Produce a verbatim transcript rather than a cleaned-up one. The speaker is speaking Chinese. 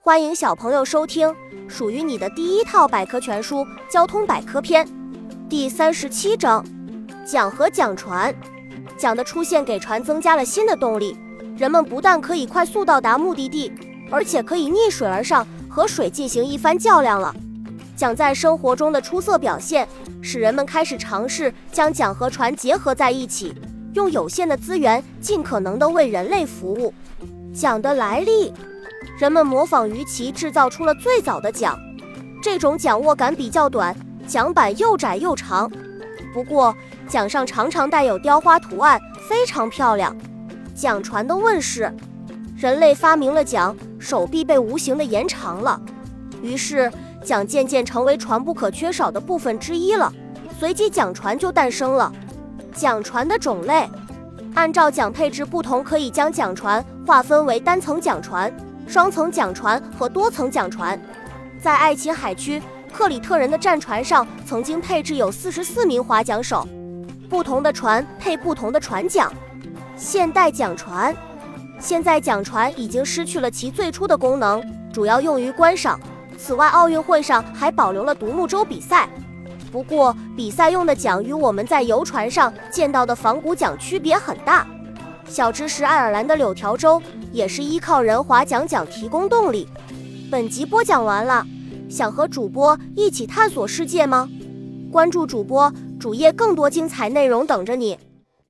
欢迎小朋友收听属于你的第一套百科全书《交通百科篇》第三十七章：桨和桨船。桨的出现给船增加了新的动力，人们不但可以快速到达目的地，而且可以逆水而上，和水进行一番较量了。桨在生活中的出色表现，使人们开始尝试将桨和船结合在一起，用有限的资源尽可能地为人类服务。桨的来历，人们模仿鱼鳍制造出了最早的桨。这种桨握杆比较短，桨板又窄又长，不过桨上常常带有雕花图案，非常漂亮。桨船的问世，人类发明了桨，手臂被无形地延长了，于是桨渐渐成为船不可缺少的部分之一了。随即桨船就诞生了。桨船的种类，按照桨配置不同，可以将桨船划分为单层桨船、双层桨船和多层桨船。在爱琴海区，克里特人的战船上曾经配置有四十四名划桨手，不同的船配不同的船桨。现代桨船，现在桨船已经失去了其最初的功能，主要用于观赏。此外，奥运会上还保留了独木舟比赛。不过，比赛用的桨与我们在游船上见到的仿古桨区别很大。小知识：爱尔兰的柳条舟也是依靠人划桨桨提供动力。本集播讲完了，想和主播一起探索世界吗？关注主播主页，更多精彩内容等着你。